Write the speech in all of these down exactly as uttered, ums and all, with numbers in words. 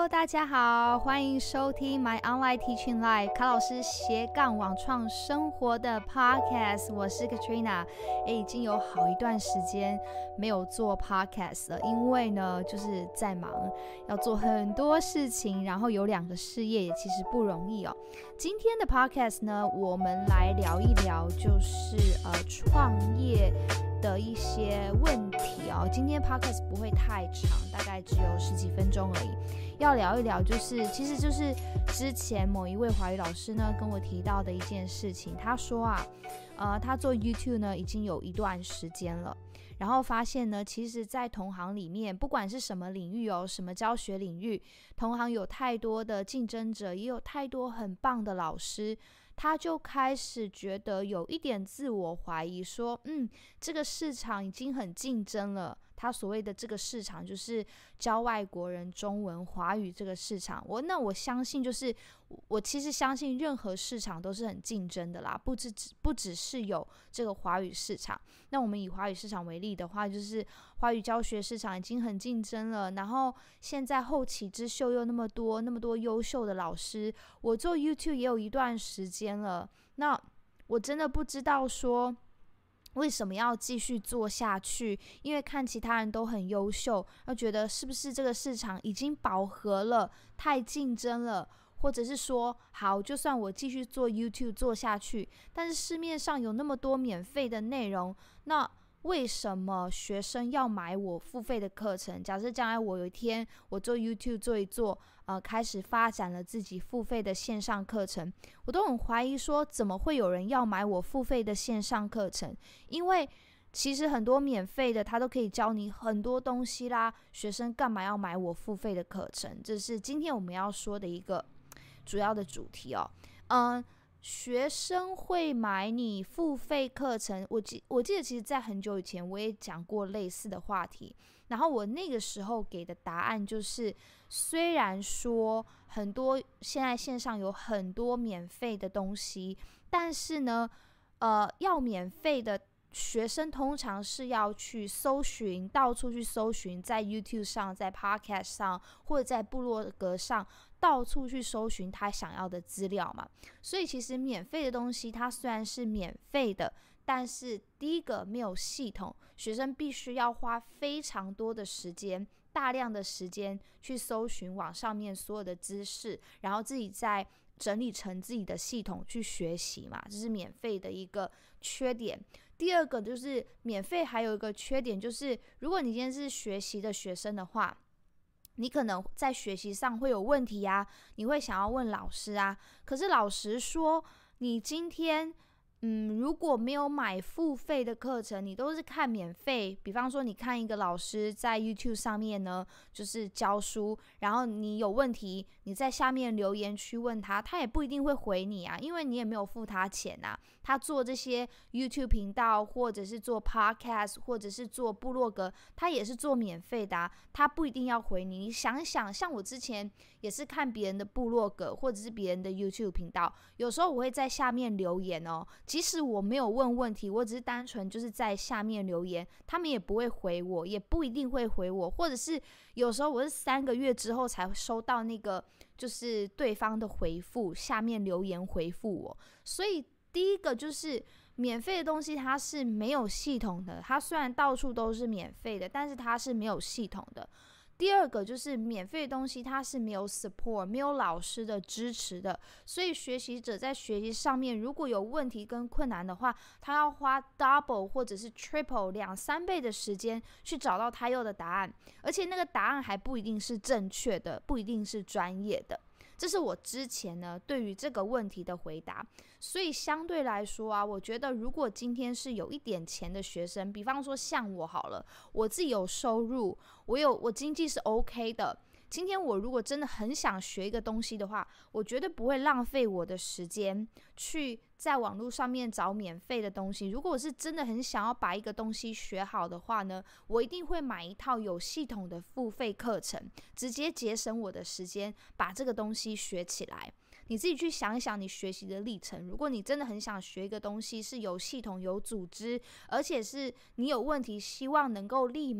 Hello， 大家好，欢迎收听 My Online Teaching Life 卡老师斜杠网创生活的 Podcast， 我是 Katrina。已经有好一段时间没有做 Podcast 了，因为呢就是在忙，要做很多事情，然后有两个事业也其实不容易哦。今天的 Podcast 呢，我们来聊一聊就是呃创业的一些问题哦。今天 Podcast 不会太长，大概只有十几分钟而已。要聊一聊，就是其实就是之前某一位华语老师呢跟我提到的一件事情。他说啊，呃，他做 YouTube 呢已经有一段时间了，然后发现呢，其实，在同行里面，不管是什么领域哦，什么教学领域，同行有太多的竞争者，也有太多很棒的老师。他就开始觉得有一点自我怀疑，说，嗯，这个市场已经很竞争了。他所谓的这个市场，就是教外国人中文、华语这个市场。我那我相信，就是我其实相信任何市场都是很竞争的啦，不只不只是有这个华语市场。那我们以华语市场为例的话，就是华语教学市场已经很竞争了，然后现在后起之秀又那么多，那么多优秀的老师。我做 YouTube 也有一段时间了，那我真的不知道说为什么要继续做下去，因为看其他人都很优秀，要觉得是不是这个市场已经饱和了，太竞争了，或者是说，好，就算我继续做 YouTube 做下去，但是市面上有那么多免费的内容，那为什么学生要买我付费的课程？假设将来我有一天我做 YouTube 做一做，呃，开始发展了自己付费的线上课程，我都很怀疑说，怎么会有人要买我付费的线上课程？因为其实很多免费的，他都可以教你很多东西啦，学生干嘛要买我付费的课程？这是今天我们要说的一个主要的主题哦。嗯。学生会买你付费课程，我记我记得其实在很久以前我也讲过类似的话题，然后我那个时候给的答案就是，虽然说很多现在线上有很多免费的东西，但是呢，呃，要免费的学生通常是要去搜寻，到处去搜寻，在 YouTube 上，在 Podcast 上，或者在部落格上，到处去搜寻他想要的资料嘛。所以其实免费的东西，它虽然是免费的，但是第一个没有系统，学生必须要花非常多的时间，大量的时间去搜寻网上面所有的知识，然后自己再整理成自己的系统去学习嘛，这是免费的一个缺点。第二个就是免费还有一个缺点，就是如果你今天是学习的学生的话，你可能在学习上会有问题啊，你会想要问老师啊，可是老实说，你今天嗯，如果没有买付费的课程，你都是看免费，比方说你看一个老师在 YouTube 上面呢，就是教书，然后你有问题，你在下面留言区问他，他也不一定会回你啊，因为你也没有付他钱啊。他做这些 YouTube 频道，或者是做 Podcast， 或者是做部落格，他也是做免费的啊，他不一定要回你。你想想，像我之前也是看别人的部落格，或者是别人的 YouTube 频道，有时候我会在下面留言哦，即使我没有问问题，我只是单纯就是在下面留言，他们也不会回我，也不一定会回我，或者是有时候我是三个月之后才收到那个就是对方的回复，下面留言回复我。所以第一个就是免费的东西它是没有系统的，它虽然到处都是免费的，但是它是没有系统的。第二个就是免费的东西它是没有 support， 没有老师的支持的，所以学习者在学习上面如果有问题跟困难的话，他要花 double 或者是 triple 两三倍的时间去找到他要的答案，而且那个答案还不一定是正确的，不一定是专业的。这是我之前呢对于这个问题的回答。所以相对来说啊，我觉得如果今天是有一点钱的学生，比方说像我好了，我自己有收入，我有我经济是 OK 的，今天我如果真的很想学一个东西的话，我绝对不会浪费我的时间去在网络上面找免费的东西。如果我是真的很想要把一个东西学好的话呢，我一定会买一套有系统的付费课程，直接节省我的时间，把这个东西学起来。你自己去想一想你学习的历程，如果你真的很想学一个东西是有系统有组织，而且是你有问题希望能够立马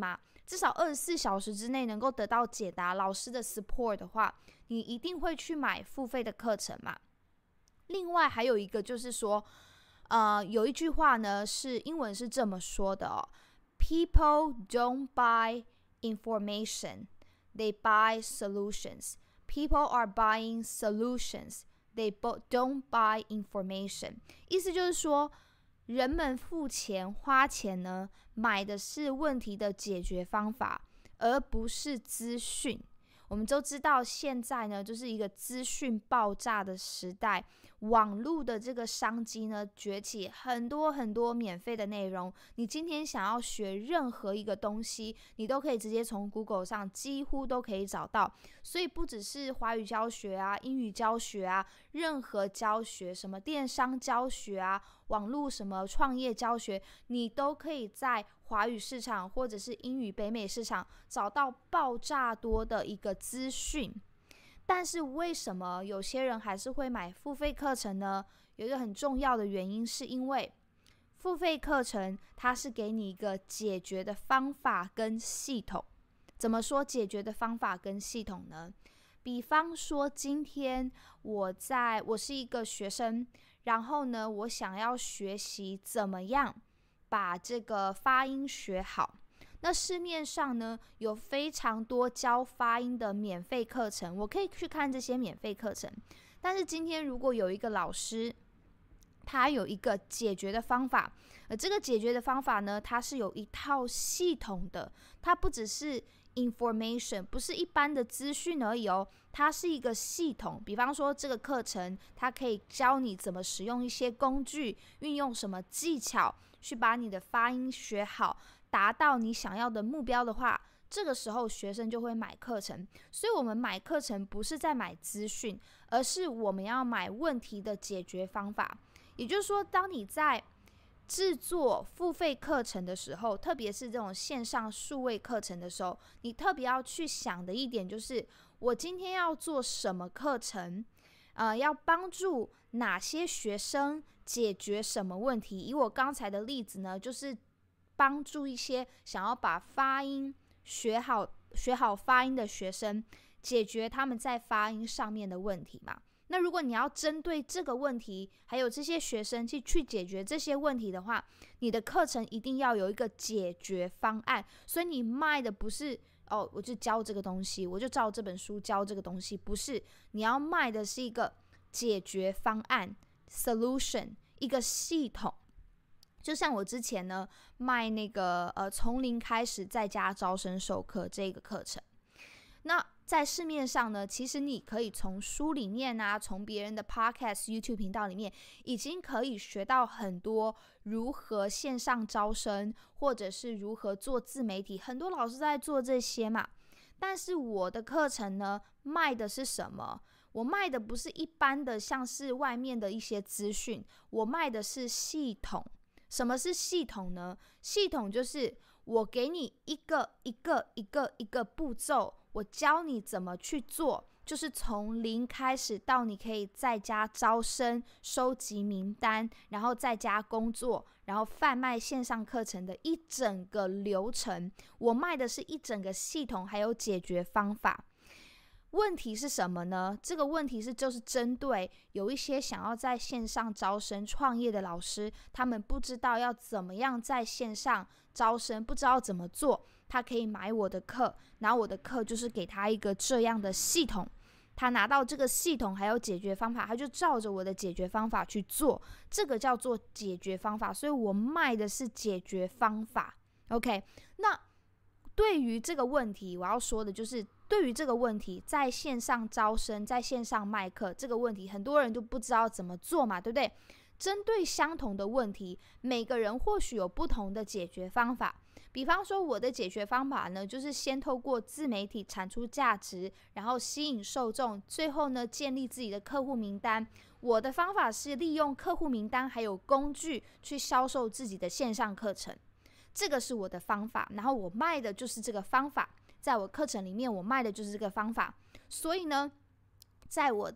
至少二十四小时之内能够得到解答，老师的 support 的话，你一定会去买付费的课程嘛。另外还有一个就是说，呃，有一句话呢，是英文是这么说的哦 ，People don't buy information, they buy solutions. People are buying solutions, they don't buy information. 意思就是说，人们付钱花钱呢，买的是问题的解决方法，而不是资讯。我们都知道现在呢，就是一个资讯爆炸的时代，网络的这个商机呢崛起，很多很多免费的内容。你今天想要学任何一个东西，你都可以直接从 Google 上几乎都可以找到。所以不只是华语教学啊、英语教学啊，任何教学，什么电商教学啊、网络什么创业教学，你都可以在华语市场或者是英语北美市场找到爆炸多的一个资讯。但是为什么有些人还是会买付费课程呢？有一个很重要的原因，是因为付费课程它是给你一个解决的方法跟系统。怎么说解决的方法跟系统呢？比方说今天我在我是一个学生，然后呢我想要学习怎么样把这个发音学好。那市面上呢有非常多教发音的免费课程，我可以去看这些免费课程。但是今天如果有一个老师，他有一个解决的方法，而这个解决的方法呢，它是有一套系统的，它不只是 information， 不是一般的资讯而已哦，它是一个系统。比方说这个课程，它可以教你怎么使用一些工具，运用什么技巧去把你的发音学好，达到你想要的目标的话，这个时候学生就会买课程。所以我们买课程不是在买资讯，而是我们要买问题的解决方法。也就是说，当你在制作付费课程的时候，特别是这种线上数位课程的时候，你特别要去想的一点就是，我今天要做什么课程，呃，要帮助哪些学生解决什么问题。以我刚才的例子呢，就是帮助一些想要把发音学好、学好发音的学生，解决他们在发音上面的问题嘛。那如果你要针对这个问题，还有这些学生去去解决这些问题的话，你的课程一定要有一个解决方案。所以你卖的不是哦，我就教这个东西，我就照这本书教这个东西，不是，你要卖的是一个解决方案 solution， 一个系统。就像我之前呢卖那个呃从零开始在家招生授课这个课程，那在市面上呢，其实你可以从书里面啊，从别人的 podcast、YouTube 频道里面，已经可以学到很多如何线上招生，或者是如何做自媒体，很多老师在做这些嘛。但是我的课程呢，卖的是什么？我卖的不是一般的像是外面的一些资讯，我卖的是系统。什么是系统呢？系统就是我给你一个一个一个一个步骤，我教你怎么去做，就是从零开始到你可以在家招生、收集名单，然后在家工作，然后贩卖线上课程的一整个流程。我卖的是一整个系统，还有解决方法。问题是什么呢？这个问题是就是针对有一些想要在线上招生创业的老师，他们不知道要怎么样在线上招生，不知道怎么做，他可以买我的课，然后我的课就是给他一个这样的系统，他拿到这个系统还有解决方法，他就照着我的解决方法去做，这个叫做解决方法。所以我卖的是解决方法。 OK， 那对于这个问题，我要说的就是对于这个问题，在线上招生，在线上卖课这个问题，很多人都不知道怎么做嘛，对不对？针对相同的问题，每个人或许有不同的解决方法。比方说我的解决方法呢，就是先透过自媒体产出价值，然后吸引受众，最后呢建立自己的客户名单。我的方法是利用客户名单还有工具去销售自己的线上课程，这个是我的方法，然后我卖的就是这个方法，在我课程里面我卖的就是这个方法。所以呢，在我的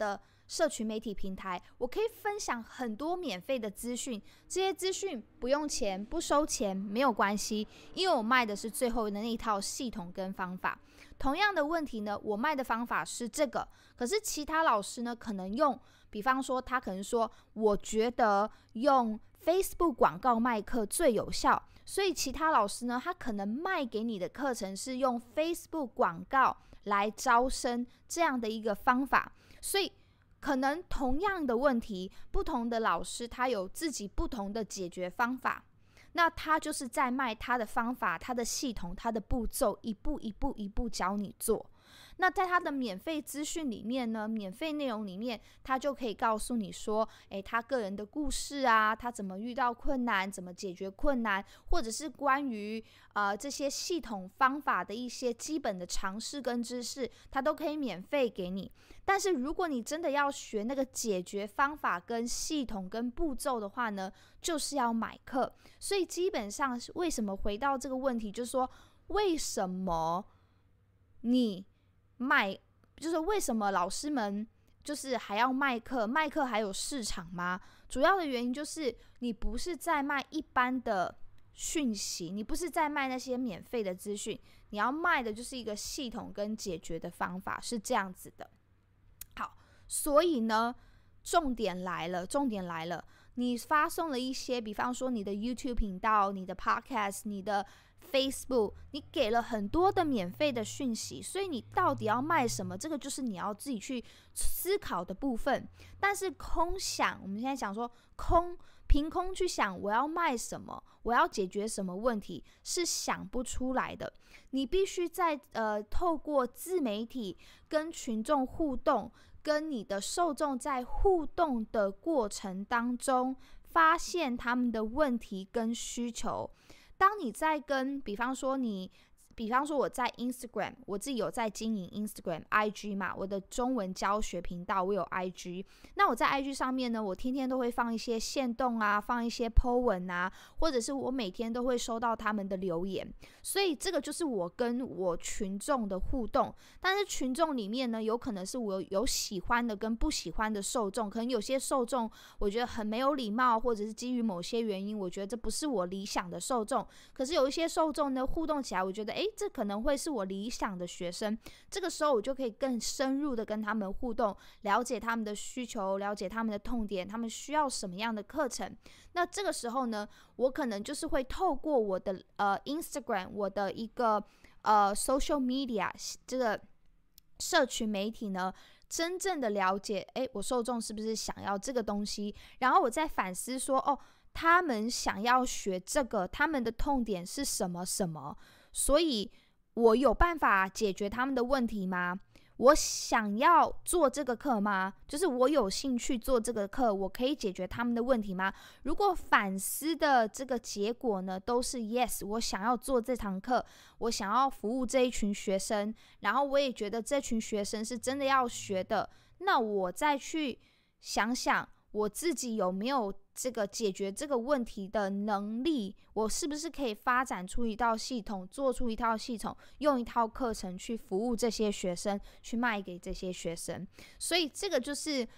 社群媒体平台，我可以分享很多免费的资讯，这些资讯不用钱，不收钱，没有关系，因为我卖的是最后的那一套系统跟方法。同样的问题呢，我卖的方法是这个，可是其他老师呢，可能用，比方说他可能说，我觉得用 Facebook 广告卖课最有效，所以其他老师呢，他可能卖给你的课程是用 Facebook 广告来招生这样的一个方法，所以可能同样的问题，不同的老师他有自己不同的解决方法，那他就是在卖他的方法，他的系统，他的步骤，一步一步一步教你做。那在他的免费资讯里面呢，免费内容里面，他就可以告诉你说，诶，他个人的故事啊，他怎么遇到困难，怎么解决困难，或者是关于呃这些系统方法的一些基本的常识跟知识，他都可以免费给你。但是如果你真的要学那个解决方法跟系统跟步骤的话呢，就是要买课。所以基本上为什么回到这个问题，就是说为什么你卖，就是为什么老师们就是还要卖课？卖课还有市场吗？主要的原因就是你不是在卖一般的讯息，你不是在卖那些免费的资讯，你要卖的就是一个系统跟解决的方法，是这样子的。好，所以呢，重点来了，重点来了，你发送了一些，比方说你的 YouTube 频道、你的 Podcast、你的Facebook， 你给了很多的免费的讯息，所以你到底要卖什么？这个就是你要自己去思考的部分。但是空想，我们现在讲说空，凭空去想我要卖什么，我要解决什么问题，是想不出来的。你必须在呃透过自媒体跟群众互动，跟你的受众在互动的过程当中，发现他们的问题跟需求。当你在跟，比方说你，比方说我在 Instagram， 我自己有在经营 Instagram、I G 嘛，我的中文教学频道我有 I G。那我在 I G 上面呢，我天天都会放一些限动啊，放一些 po 文啊，或者是我每天都会收到他们的留言，所以这个就是我跟我群众的互动。但是群众里面呢，有可能是我有喜欢的跟不喜欢的受众，可能有些受众我觉得很没有礼貌，或者是基于某些原因，我觉得这不是我理想的受众。可是有一些受众呢，互动起来，我觉得诶，这可能会是我理想的学生。这个时候我就可以更深入的跟他们互动，了解他们的需求，了解他们的痛点，他们需要什么样的课程。那这个时候呢，我可能就是会透过我的呃 Instagram， 我的一个呃 social media 这个社群媒体呢，真正的了解，诶，我受众是不是想要这个东西，然后我再反思说，哦，他们想要学这个，他们的痛点是什么什么，所以我有办法解决他们的问题吗？我想要做这个课吗？就是我有兴趣做这个课，我可以解决他们的问题吗？如果反思的这个结果呢，都是 yes， 我想要做这堂课，我想要服务这一群学生，然后我也觉得这群学生是真的要学的，那我再去想想我自己有没有这个解决这个问题的能力，我是不是可以发展出一套系统，做出一套系统，用一套课程去服务这些学生，去卖给这些学生。所以这个就是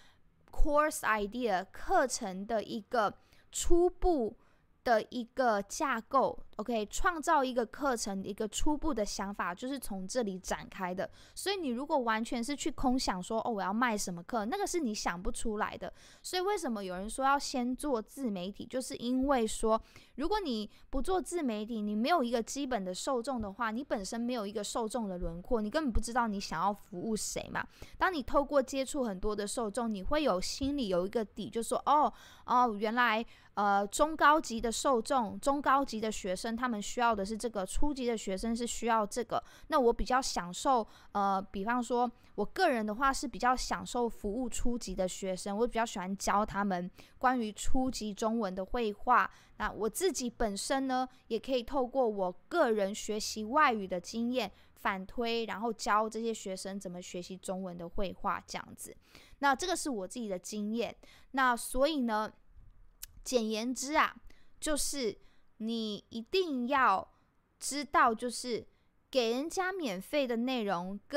course idea 课程的一个初步的一个架构 OK， 创造一个课程的一个初步的想法就是从这里展开的。所以你如果完全是去空想说，哦，我要卖什么课，那个是你想不出来的。所以为什么有人说要先做自媒体，就是因为说如果你不做自媒体，你没有一个基本的受众的话，你本身没有一个受众的轮廓，你根本不知道你想要服务谁嘛。当你透过接触很多的受众，你会有心里有一个底，就说哦哦，原来呃中高级的受众，中高级的学生他们需要的是这个，初级的学生是需要这个。那我比较享受呃比方说我个人的话是比较享受服务初级的学生，我比较喜欢教他们关于初级中文的绘画。那我自己本身呢，也可以透过我个人学习外语的经验反推，然后教这些学生怎么学习中文的绘画这样子。那这个是我自己的经验。那所以呢，简言之啊，就是你一定要知道，就是给人家免费的内容跟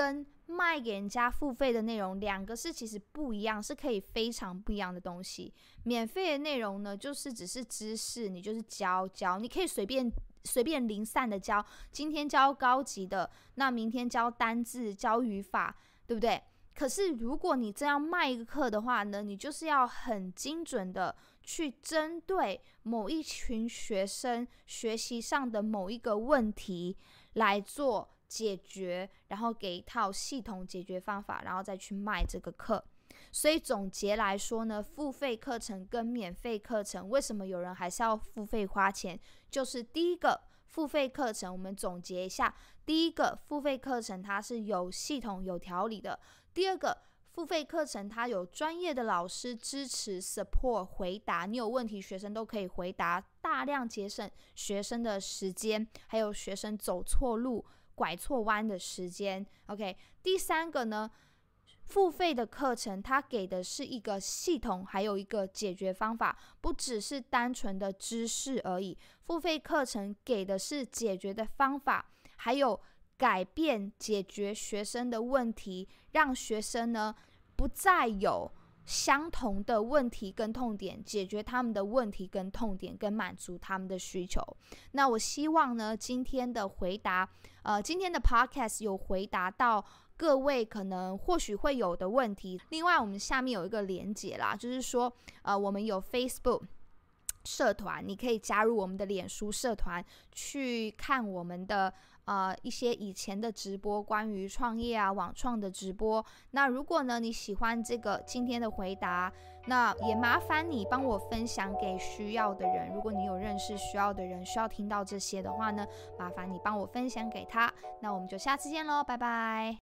卖给人家付费的内容，两个是其实不一样，是可以非常不一样的东西。免费的内容呢，就是只是知识，你就是教教，你可以随便随便零散的教，今天教高级的，那明天教单字、教语法，对不对？可是如果你这样卖一个课的话呢，你就是要很精准的去针对某一群学生学习上的某一个问题来做解决，然后给一套系统解决方法，然后再去卖这个课。所以总结来说呢，付费课程跟免费课程，为什么有人还是要付费花钱？就是第一个，付费课程我们总结一下，第一个，付费课程它是有系统有条理的；第二个，付费课程它有专业的老师支持 support 回答，你有问题学生都可以回答，大量节省学生的时间，还有学生走错路拐错弯的时间。 OK， 第三个呢，付费的课程它给的是一个系统，还有一个解决方法，不只是单纯的知识而已。付费课程给的是解决的方法，还有改变解决学生的问题，让学生呢不再有相同的问题跟痛点，解决他们的问题跟痛点，跟满足他们的需求。那我希望呢，今天的回答，呃，今天的 podcast 有回答到各位可能或许会有的问题。另外，我们下面有一个连结啦，就是说，呃，我们有 Facebook 社团，你可以加入我们的脸书社团，去看我们的呃一些以前的直播，关于创业啊、网创的直播。那如果呢你喜欢这个今天的回答，那也麻烦你帮我分享给需要的人。如果你有认识需要的人需要听到这些的话呢，麻烦你帮我分享给他。那我们就下次见咯，拜拜。